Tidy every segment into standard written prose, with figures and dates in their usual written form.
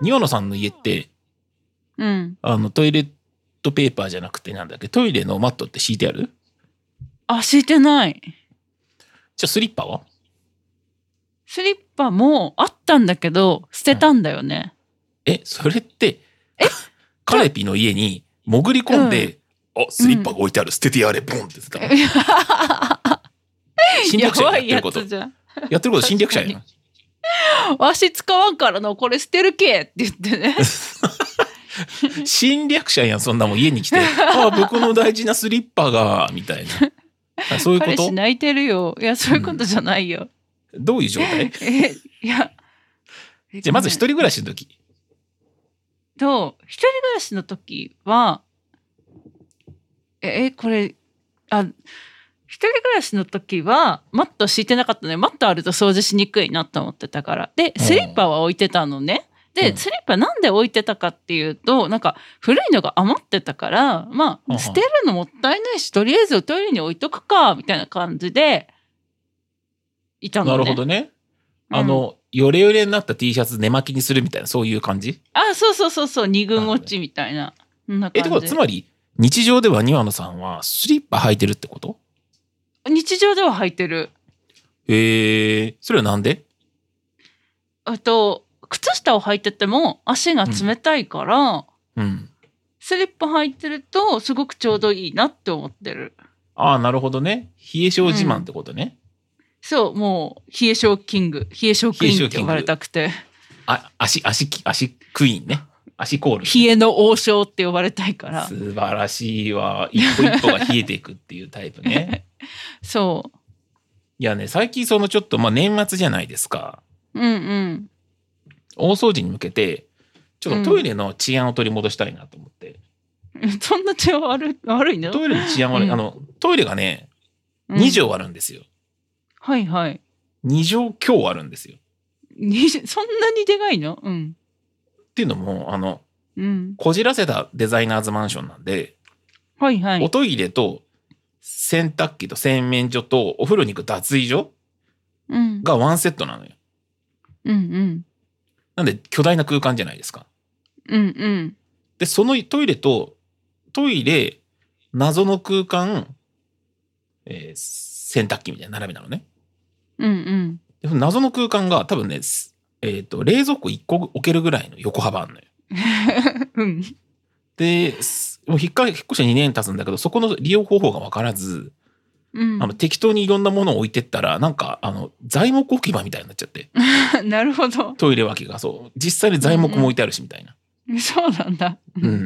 庭野さんの家って、 うん。 トイレットペーパーじゃなくてなんだっけ、トイレのマットって敷いてある？ あ、敷いてない。 じゃあスリッパは？ スリッパもあったんだけど、捨てたんだよね。 それって、カレピの家に潜り込んで、スリッパが置いてある、捨ててやれ、ボンって言ってた。侵略者やってること。 やばいやつじゃん。 やってること侵略者やな。 わし使わんからの、これ捨てるけって言ってね。 侵略者やん、そんなもん家に来て。僕の大事なスリッパが、みたいな。そういうこと？ 彼氏泣いてるよ。いや、そういうことじゃないよ。 どういう状態？ いや。 じゃあまず一人暮らしの時。 一人暮らしの時は、これ、一人暮らしの時は、マット敷いてなかったね。マットあると掃除しにくいなと思ってたから。で、スリッパは置いてたのね。で、スリッパなんで置いてたかっていうと、なんか古いのが余ってたから、まあ、捨てるのもったいないし、とりあえずトイレに置いとくか、みたいな感じで、いたのね。 なるほどね。ヨレヨレになった T シャツ寝巻きにするみたいな、そういう感じ？ そう、二軍落ちみたいな。 ってことは、つまり、日常では庭野さんはスリッパ履いてるってこと？ 日常では履いてる。 それはなんで？ 靴下を履いてても足が冷たいから、スリッパ履いてるとすごくちょうどいいなって思ってる。 ああ、なるほどね。冷え性自慢ってことね。 そう、もう冷え性キング、冷え性クイーンって呼ばれたくて。 足クイーンね。足コール、ね。 冷えの王将って呼ばれたいから。 素晴らしいわ。一歩一歩が冷えていくっていうタイプね。 そう。 いやね、最近ちょっと年末じゃないですか。大掃除に向けて、ちょっとトイレの治安を取り戻したいなと思って。 そんな治安悪いの？ トイレの治安悪い。トイレがね、2畳あるんですよ。 はいはい。 2畳強あるんですよ。 そんなにでかいの？ っていうのも、こじらせたデザイナーズマンションなんで、 はいはい。 おトイレと洗濯機と洗面所とお風呂に行く脱衣所がワンセットなのよ。なんで巨大な空間じゃないですか。で、そのトイレ、謎の空間、洗濯機みたいな並びなのね。で謎の空間が多分ね、冷蔵庫1個置けるぐらいの横幅あんのよ。で、もう引っ越して2年経つんだけど、そこの利用方法が分からず、適当にいろんなものを置いてったら、なんか、材木置き場みたいになっちゃって。 なるほど。 トイレ脇が実際に材木も置いてあるし、みたいな。 そうなんだ。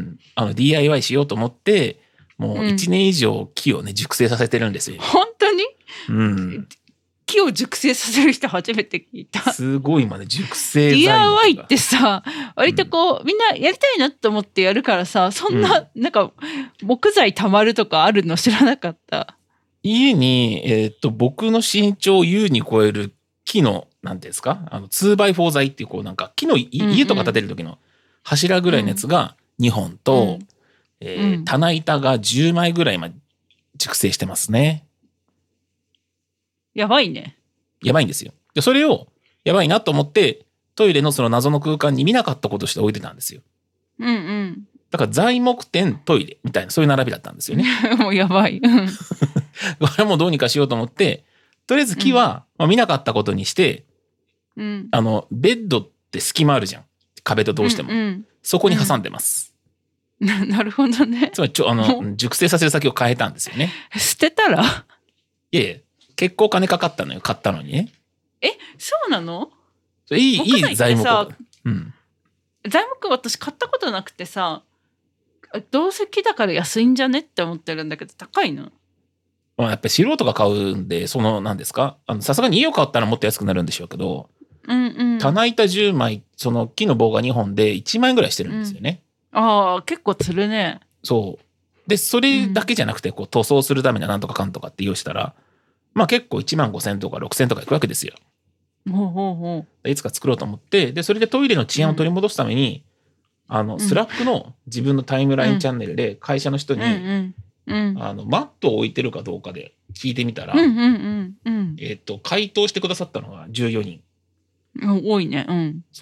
DIY しようと思って、もう1年以上木をね、熟成させてるんですよ。 本当に？木を熟成させる人初めて聞いた。 すごい今ね、熟成材木。 DIY ってさ、割とみんなやりたいなと思ってやるからさ、そんな、なんか、木材溜まるとかあるの知らなかった。 家に、僕の身長を優に超える木の、なんていうんですか、2x4 材っていう、なんか、木の家とか建てる時の柱ぐらいのやつが2本と、棚板が10枚ぐらいまで熟成してますね。 やばいね。 やばいんですよ。で、それを、やばいなと思って、トイレのその謎の空間に見なかったことして置いてたんですよ。だから材木店トイレみたいな、そういう並びだったんですよね。 もうやばい。 これもどうにかしようと思って、とりあえず木は、見なかったことにして、ベッドって隙間あるじゃん。壁とどうしても。そこに挟んでます。 なるほどね。 つまり熟成させる先を変えたんですよね。 捨てたら？ いやいや、結構金かかったのよ、買ったのにね。 そうなの？ いい材木。 材木私買ったことなくてさ、どうせ木だから安いんじゃねって思ってるんだけど、高いの？ やっぱり素人が買うんで、何ですか？さすがに家を買ったらもっと安くなるんでしょうけど、棚板10枚、その木の棒が2本で1万円ぐらいしてるんですよね。 結構つるね。 そう。で、それだけじゃなくて、塗装するためにはなんとかかんとかって用意したら、結構1万5,000とか6,000とかいくわけですよ。いつか作ろうと思って、で、それでトイレの治安を取り戻すために、スラックの自分のタイムラインチャンネルで会社の人に、マットを置いてるかどうかで聞いてみたら、回答してくださったのが14人。 多いね。 そう。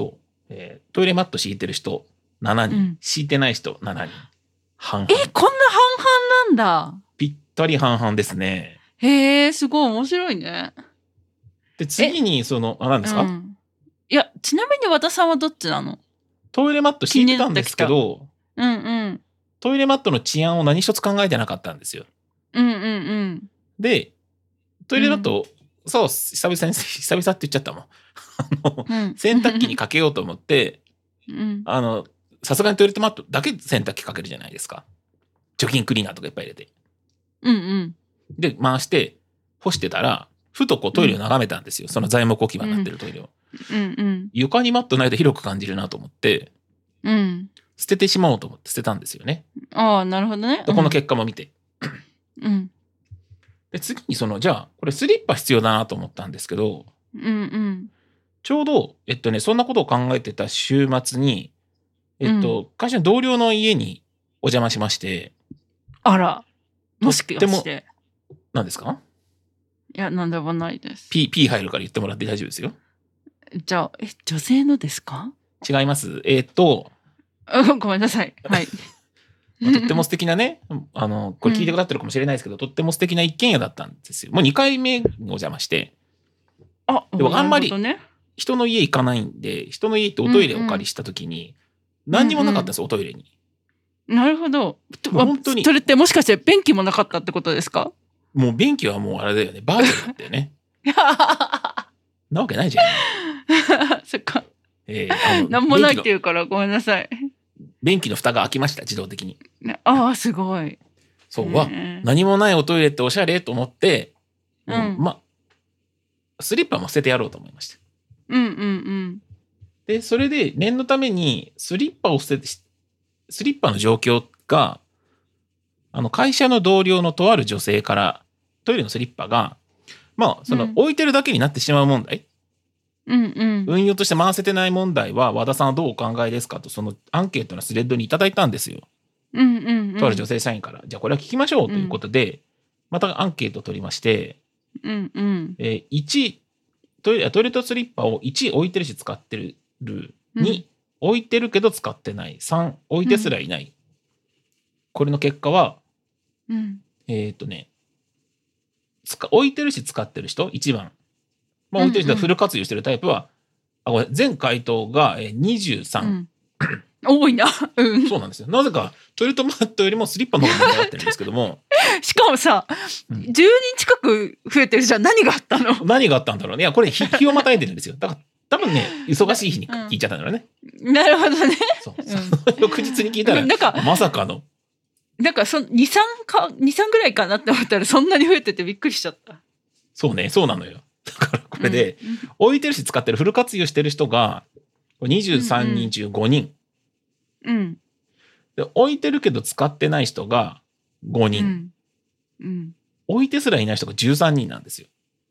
トイレマット敷いてる人7人、 うん、 敷いてない人7人。半々。 こんな半々なんだ。 ぴったり半々ですね。 へえ、すごい面白いね。 で、次に何ですか、 いや、ちなみに和田さんはどっちなの？ トイレマット敷いてたんですけど、トイレマットの治安を何一つ考えてなかったんですよ。で、トイレマット、そう、久々って言っちゃったもん。洗濯機にかけようと思って、さすがにトイレットマットだけ洗濯機かけるじゃないですか。除菌クリーナーとかいっぱい入れて。で、回して干してたら、ふとこうトイレを眺めたんですよ。その材木置き場になってるトイレを。床にマットないと広く感じるなと思って、捨ててしまおうと思って捨てたんですよね。 ああ、なるほどね。 この結果も見て。で、次にじゃあ、これスリッパ必要だなと思ったんですけど、ちょうど、そんなことを考えてた週末に、会社の同僚の家にお邪魔しまして。 あら、もしかして。 何ですか？ いや、なんでもないです。 P 入るから言ってもらって大丈夫ですよ。 じゃあ、女性のですか？ 違います。 ごめんなさい。はい。 とっても素敵なね、これ聞いてくださってるかもしれないですけど、とっても素敵な一軒家だったんですよ。もう2回目お邪魔して。でもあんまり人の家行かないんで、人の家行っておトイレをお借りした時に、何にもなかったんですよ、おトイレに。 なるほど。 本当に。 それってもしかして便器もなかったってことですか？ もう便器はもうあれだよね、バーチャルだったよね。なわけないじゃん。 そっか。なんもないって言うからごめんなさい。 便器の蓋が開きました、自動的に。 ああ、すごい。 そうは、何もないおトイレっておしゃれと思って、スリッパも捨ててやろうと思いました。で、それで念のためにスリッパの状況が、会社の同僚のとある女性からトイレのスリッパが、置いてるだけになってしまう問題。運用として回せてない問題は和田さんはどうお考えですかと、そのアンケートのスレッドにいただいたんですよ。とある女性社員から。じゃあこれは聞きましょうということで、またアンケートを取りまして、1、トイレットスリッパを1置いてるし使ってる。2、置いてるけど使ってない。3、置いてすらいない。これの結果は、置いてるし使ってる人、1番。置いてる人はフル活用してるタイプは、全回答が23。 多いな。 そうなんですよ。なぜかトイレットマットよりもスリッパの方が盛り上がってるんですけども。 しかもさ、10人近く増えてるじゃん。何があったの？ 何があったんだろうね。いや、これ日をまたいでるんですよ。だから多分ね、忙しい日に聞いちゃったんだろうね。 なるほどね。 そう。翌日に聞いたら、まさかの。 2、3ぐらいかなって思ったらそんなに増えててびっくりしちゃった。 そうね、そうなのよ。だからこれで、置いてるし使ってるフル活用してる人が23人中5人。で置いてるけど使ってない人が5人。置いてすらいない人が13人なんですよ。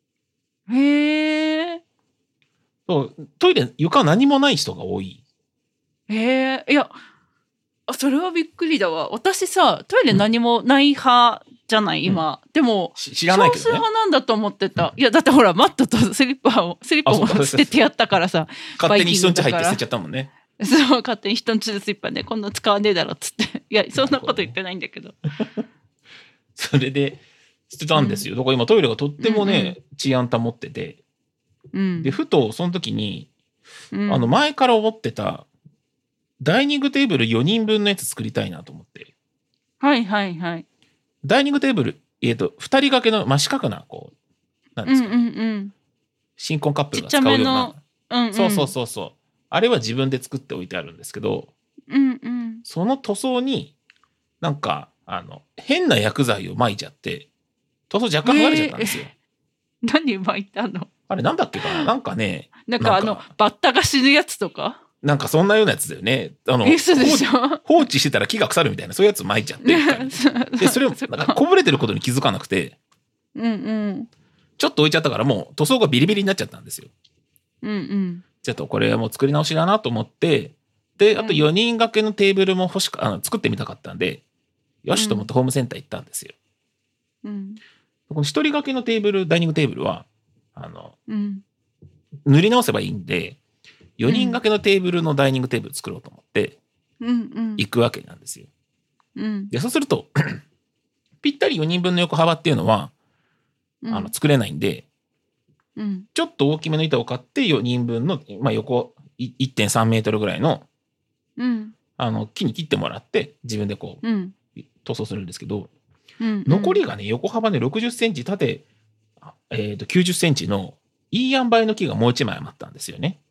へえ。 そうトイレ床何もない人が多い。 いや、それはびっくりだわ。私さ、トイレ何もない派じゃない今。でも知らないけどね。 少数派なんだと思ってた。いやだってほらマットとスリッパを捨ててやったからさ。 勝手に人んち入って捨てちゃったもんね。 そう、勝手に人んちのスリッパね、こんな使わねえだろっつって。いや、そんなこと言ってないんだけど。 それで捨てたんですよ。だから今トイレがとってもね、治安保ってて。で、ふとその時に、前から思ってた、ダイニングテーブル4人分のやつ作りたいなと思って。 はいはいはい。 ダイニングテーブル、2人掛けの真四角な、なんですか、新婚カップルが使うような。そう。あれは自分で作っておいてあるんですけど、その塗装に、なんか、変な薬剤を撒いちゃって、塗装若干剥がれちゃったんですよ。 何撒いたの？ あれなんだっけかな、なんかね。 なんかバッタが死ぬやつとか？ なんかそんなようなやつだよね。放置してたら木が腐るみたいな、そういうやつ撒いちゃって。で、それをなんかこぼれてることに気づかなくて、ちょっと置いちゃったからもう塗装がビリビリになっちゃったんですよ。ちょっとこれはもう作り直しだなと思って、で、あと4人掛けのテーブルも作ってみたかったんで、よしと思ってホームセンター行ったんですよ。この1人掛けのテーブル、ダイニングテーブルは、塗り直せばいいんで、 4人掛けのテーブルのダイニングテーブル作ろうと思って行くわけなんですよ。でそうするとぴったり4人分の横幅っていうのは作れないんで、ちょっと大きめの板を買って4人分の、横 1.3 メートルぐらいの、木に切ってもらって自分でこう、塗装するんですけど、残りがね横幅ね60センチ縦、90センチのいい塩梅の木がもう1枚余ったんですよね。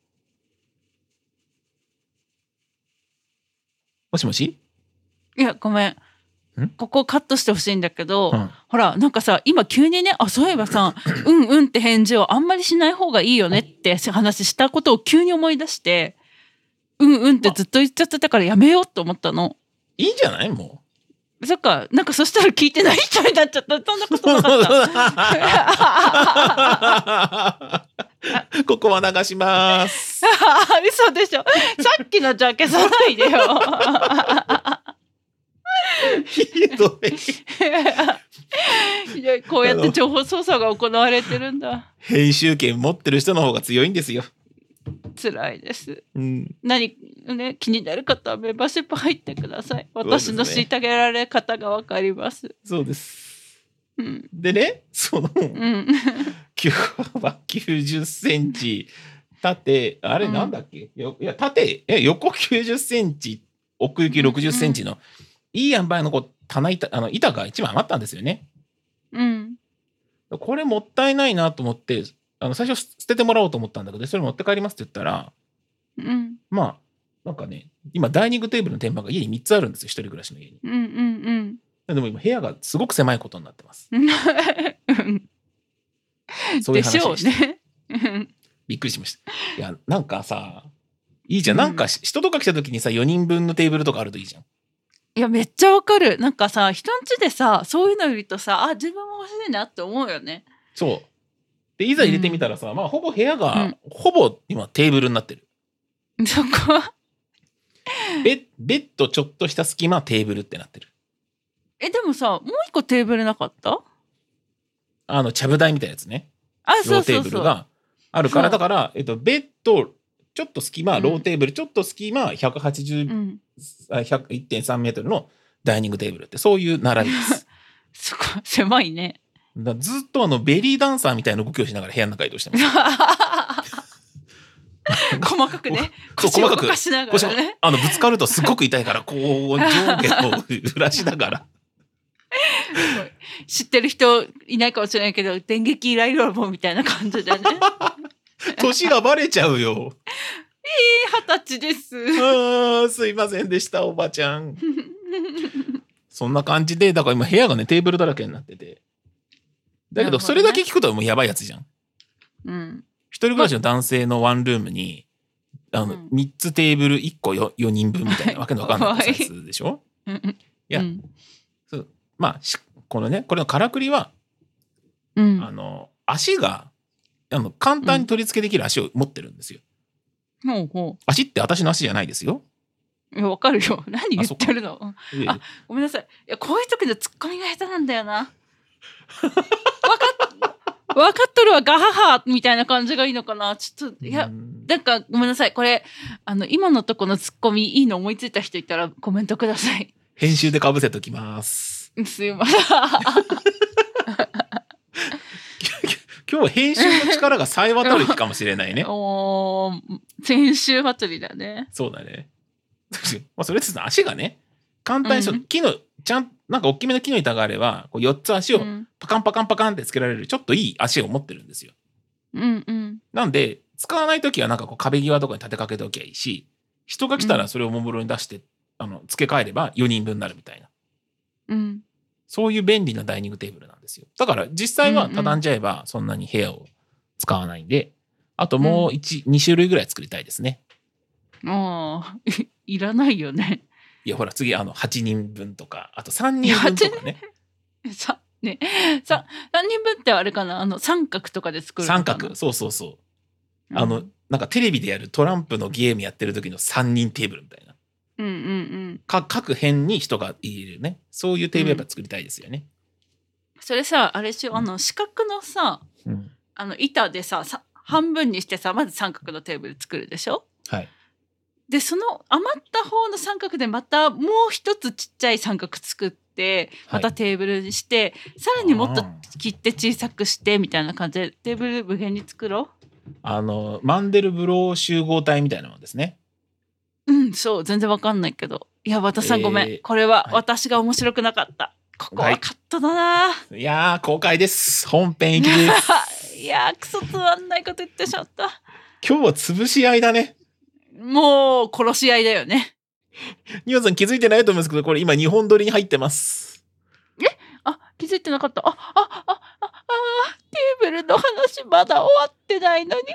もしもし？ いやごめん。ここカットしてほしいんだけど、ほらなんかさ今急にねそういえばさうんって返事をあんまりしない方がいいよねって話したことを急に思い出してってずっと言っちゃってたからやめようと思ったの。 いいんじゃない？もうそっか、なんかそしたら聞いてない人になっちゃった。そんなことなかったここは流します嘘でしょ。さっきのじゃ消さないでよひどいいやこうやって情報操作が行われてるんだ。 編集権持ってる人の方が強いんですよ。 辛いです、何ね気になる方はメンバーシップ入ってください。私の虐げられ方が分かります。 そうです、でねその、90センチ縦あれなんだっけ、いや縦横90センチ奥行き60センチの、いい塩梅の板が1枚余ったんですよね。これもったいないなと思って最初捨ててもらおうと思ったんだけど、それ持って帰りますって言ったら、なんかね今ダイニングテーブルの天板が家に3つあるんですよ、一人暮らしの家に。でも今部屋がすごく狭いことになってますそういう話でした。でしょうねびっくりしました。いやなんかさいいじゃん、なんか人とか来た時にさ4人分のテーブルとかあるといいじゃん。 いやめっちゃわかる。なんかさ人ん家でさそういうの見るとさ自分も欲しいなって思うよね。 そうでいざ入れてみたらさ、ほぼ部屋が、ほぼ今テーブルになってる。 そこベッドちょっとした隙間テーブルってなってる。 でもさもう一個テーブルなかった？ ちゃぶ台みたいなやつね。 ローテーブルがあるからだからベッドちょっと隙間、ローテーブルちょっと隙間1.3 メートルのダイニングテーブルってそういう並びですそこ狭いね。 ずっとベリーダンサーみたいな動きをしながら部屋の中移動してます細かくね腰を動かしながらねぶつかるとすごく痛いからこう上下を揺らしながら知ってる人いないかもしれないけど電撃イライラ棒みたいな感じでね年がバレちゃうよ。 20歳です。 すいませんでしたおばちゃんそんな感じでだから今部屋がねテーブルだらけになってて、だけどそれだけ聞くともうやばいやつじゃん。一人暮らしの男性のワンルームに3つテーブル1個 4人分みたいなわけのわかんないサイズでしょいや、これのからくりは、足が簡単に取り付けできる足を持ってるんですよ。足って私の足じゃないですよ。 いやわかるよ。何言ってるの？ごめんなさい。いやこういう時のツッコミが下手なんだよな。分かっとるわガハハみたいな感じがいいのかな。ちょっといやなんかごめんなさい。これ今のとこのツッコミいいの思いついた人いたらコメントください。 編集でかぶせときます。 すいません。 今日は編集の力がさえ渡る日かもしれないね。 先週祭りだね。 そうだね。それです足がね簡単に木のなんか大きめの木の板があればこう4つ足をパカンパカンパカンってつけられるちょっといい足を持ってるんですよ。なんで使わないときはなんかこう壁際とかに立てかけておきゃいいし、人が来たらそれをもむろに出して付け替えれば4人分になるみたいな、そういう便利なダイニングテーブルなんですよ。だから実際は畳んじゃえばそんなに部屋を使わないんで、あともう2種類ぐらい作りたいですね。 いらないよね。 いやほら次8人分とかあと3人分とかね。 3人分ってあれかな三角とかで作るのかな。 三角そうなんかテレビでやるトランプのゲームやってる時の3人テーブルみたいな。各辺に人がいるね。そういうテーブルやっぱ作りたいですよね。 それさあれしよ四角のさ、板でさ半分にしてさまず三角のテーブル作るでしょ。 はい。 で、その余った方の三角でまたもう一つちっちゃい三角作って、またテーブルにして、さらにもっと切って小さくしてみたいな感じでテーブル無限に作ろう。マンデルブロー集合体みたいなもんですね。 うん、そう、全然わかんないけど。いや、和田さんごめん。これは私が面白くなかった。ここはカットだな。 いやー、公開です。本編行きです。 いやー、クソつまんないこと言ってしまった。 今日は潰し合いだね。 もう、殺し合いだよね。 ニワさん気づいてないと思うんですけど、これ今2本撮りに入ってます。 気づいてなかった。テーブルの話まだ終わってないのに。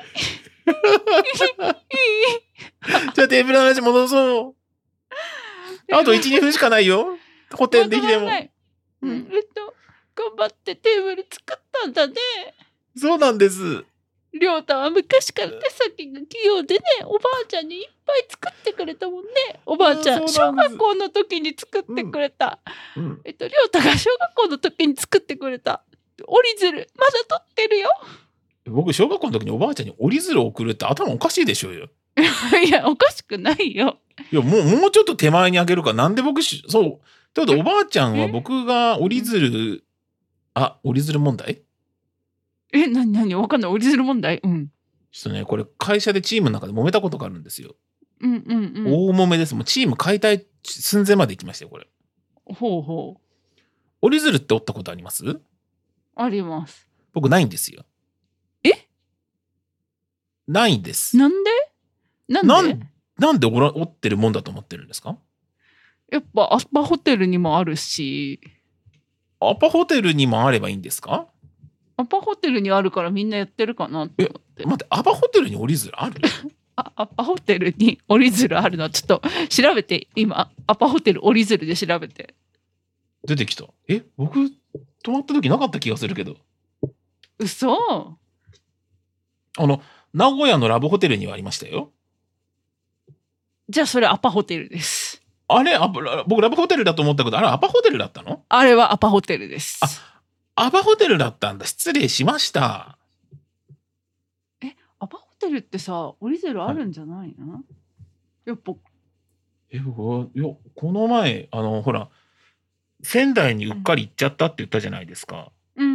じゃあテーブルの話戻そう。あと1、2分しかないよ。補填できても。 頑張ってテーブル作ったんだね。 そうなんです。 りょうたは昔から手先が器用でね、おばあちゃんにいっぱい作ってくれたもんね。おばあちゃん、小学校の時に作ってくれた。りょうたが小学校の時に作ってくれた折り鶴、まだ取ってるよ。 僕、小学校の時におばあちゃんに折り鶴を送るって頭おかしいでしょうよ。 いや、おかしくないよ。 いや、もうちょっと手前にあげるか。なんで僕、そう。ということで、おばあちゃんは僕が折り鶴、折り鶴問題？ 何わかんない。折り鶴問題？うん。 ちょっとね、これ会社でチームの中で揉めたことがあるんですよ。 大揉めです。もうチーム解体寸前まで行きましたよ、これ。 ほうほう。 折り鶴って折ったことあります？ あります。 僕ないんですよ。ないんです。 なんで折ってるもんだと思ってるんですか？ やっぱアパホテルにもあるし。 アパホテルにもあればいいんですか？ アパホテルにあるからみんなやってるかなって思って。 待って、アパホテルに折り鶴ある？ アパホテルに折り鶴あるのちょっと調べて、今アパホテル折り鶴で調べて。 出てきた。僕泊まった時なかった気がするけど。 嘘？ 名古屋のラブホテルにはありましたよ。 じゃあそれアパホテルです。 あれ僕ラブホテルだと思ったけど、あれアパホテルだったの？ あれはアパホテルです。 アパホテルだったんだ。失礼しました。 アパホテルってさ、折り鶴あるんじゃないの？やっぱ。 この前、ほら、仙台にうっかり行っちゃったって言ったじゃないですか。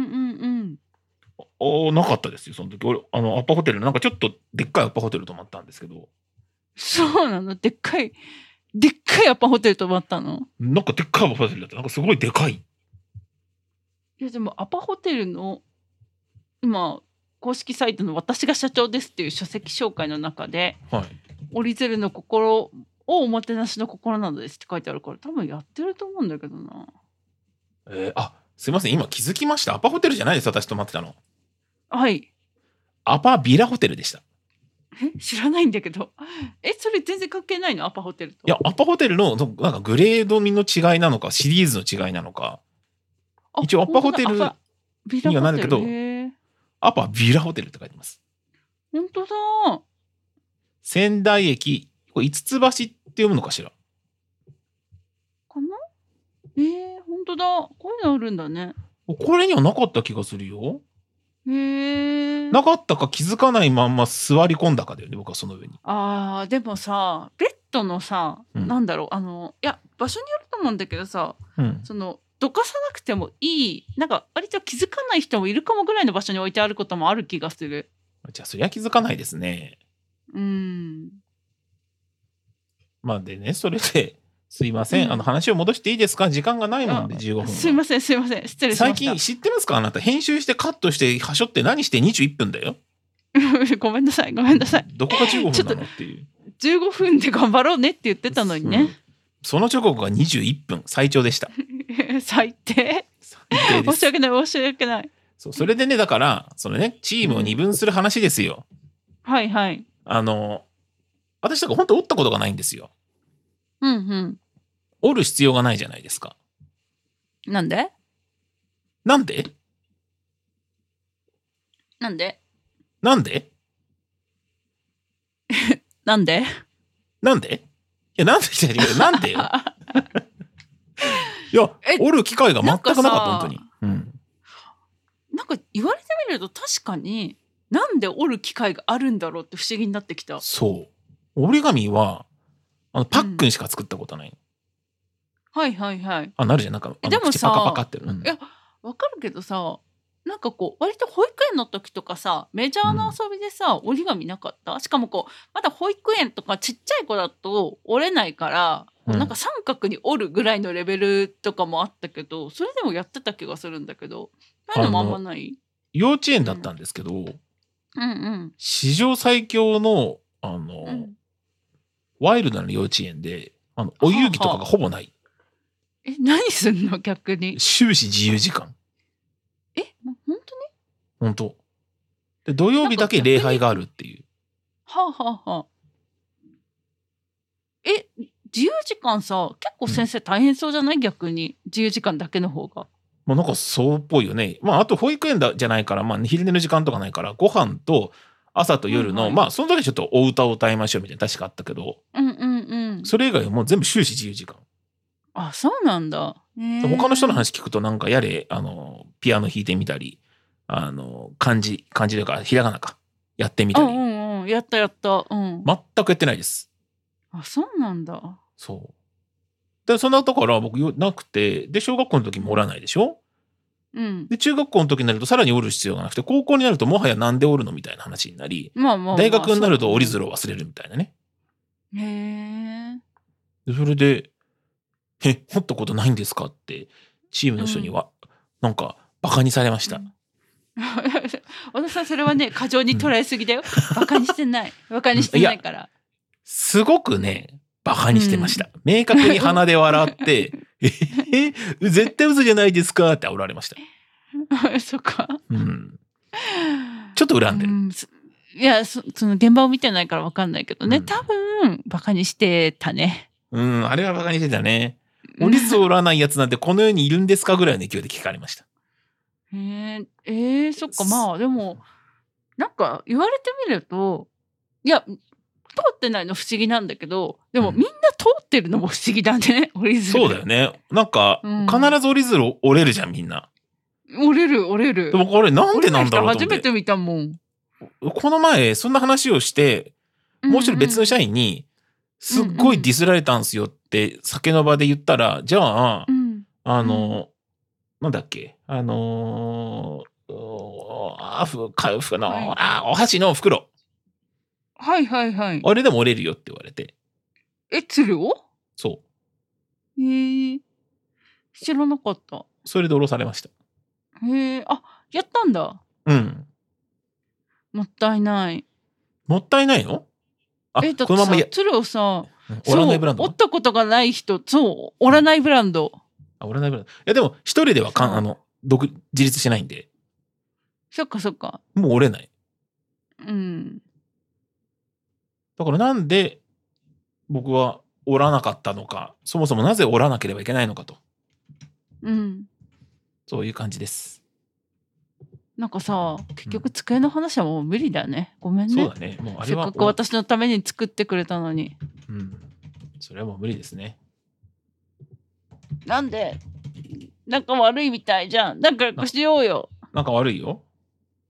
なかったですよ、その時。俺、アパホテル、なんかちょっとでっかいアパホテル泊まったんですけど。 そうなの？でっかいアパホテル泊まったの？ なんかでっかいアパホテルだった。なんかすごいでかい。 いやでもアパホテルの今公式サイトの私が社長ですっていう書籍紹介の中で、折り鶴の心をおもてなしの心なのですって書いてあるから多分やってると思うんだけどな。 すいません、今気づきました。アパホテルじゃないです、私泊まってたの。 はい。 アパビラホテルでした。 知らないんだけど。それ全然関係ないの？アパホテルと。 いや、アパホテルのなんかグレード味の違いなのかシリーズの違いなのか。一応アパホテルにはなるけど、アパビラホテルって書いてます。 本当だ。 仙台駅、これ五つ橋って読むのかしら。 かな？本当だ。こういうのあるんだね。 これにはなかった気がするよ。 なかったか気づかないまんま座り込んだかだよね、僕はその上に。 でもさ、ベッドのさ、なんだろう、いや、場所によると思うんだけどさ、どかさなくてもいい、なんか割と気づかない人もいるかもぐらいの場所に置いてあることもある気がする。 じゃあそりゃ気づかないですね。まあでね、それですいません、話を戻していいですか？時間がないもんで15分。 すいません、失礼しました。 最近知ってますか？あなた編集してカットしてはしょって何して21分だよ。 ごめんなさい。どこが15分なのっていう。 15分で頑張ろうねって言ってたのにね。 その直後が21分、最長でした。 最低。申し訳ない。 それでね、だから、チームを二分する話ですよ。 はいはい。 私とか本当折ったことがないんですよ。折る必要がないじゃないですか。 なんでなんでなんでいや、なんでよ。いや、折る機会が全くなかった、本当に。 なんか言われてみると確かに、なんで折る機会があるんだろうって不思議になってきた。 そう。 折り紙はパックンしか作ったことない。 はいはいはい。 なるじゃん、なんかでもさ、 口パカパカってる。 いやわかるけどさ、なんかこう割と保育園の時とかさ、メジャーな遊びでさ、折り紙なかった？しかもこうまだ保育園とかちっちゃい子だと折れないから、なんか三角に折るぐらいのレベルとかもあったけど、それでもやってた気がするんだけど、そういうのもあんまない？ 幼稚園だったんですけど、史上最強のワイルドな幼稚園でお遊戯とかがほぼない。 何すんの逆に？ 終始自由時間。 本当に？ 本当。で土曜日だけ礼拝があるっていう。 自由時間さ、結構先生大変そうじゃない？逆に自由時間だけの方が。 なんかそうっぽいよね。あと保育園じゃないから、昼寝の時間とかないから、ご飯と朝と夜の、その時ちょっとお歌を歌いましょうみたいな確かあったけど、それ以外はもう全部終始自由時間。 あ、そうなんだ。 他の人の話聞くとなんかやれピアノ弾いてみたり、漢字というかひらがなかやってみたり。 やった。全くやってないです。 あ、そうなんだ。 そう。でそんなところは僕なくて、で小学校の時も折らないでしょ。で中学校の時になるとさらに折る必要がなくて、高校になるともはやなんで折るのみたいな話になり、大学になると折り鶴を忘れるみたいなね。でそれで掘ったことないんですかってチームの人にはなんかバカにされました。 小田さんそれはね過剰に捉えすぎだよ。バカにしてないから。 すごくねバカにしてました。明確に鼻で笑って絶対嘘じゃないですかって煽られました。 そっか。 ちょっと恨んでる。 いやその現場を見てないから分かんないけどね、多分バカにしてたね。 あれはバカにしてたね。折り鶴を折らないやつなんてこの世にいるんですかぐらいの勢いで聞かれました。 そっか。でもなんか言われてみると、いや通ってないの不思議なんだけど、でもみんな通ってるのも不思議だね。折り鶴。 そうだよね。なんか、必ず折り鶴折れるじゃんみんな。 折れる。 でもこれなんでなんだろうと思って。 初めて見たもん。 この前そんな話をして、もう一人別の社員にすっごいディスられたんすよって酒の場で言ったら、じゃあなんだっけお箸の袋。 はい。 あれでも折れるよって言われて。 鶴を？ そう。 知らなかった。 それで降ろされました。 あ、やったんだ。もったいない。 もったいないの？ だってさ、鶴をさ、 折らないブランド。 折ったことがない人、折らないブランド。 折らないブランド。いやでも一人では自立しないんで。 そっか。 もう折れない。だからなんで僕は折らなかったのか、そもそもなぜ折らなければいけないのかと。そういう感じです。 なんかさ、結局机の話はもう無理だね。ごめんね。 そうだね。もうあれはせっかく私のために作ってくれたのに。 それはもう無理ですね。 なんで？仲悪いみたいじゃん。仲良くしようよ。 仲悪いよ。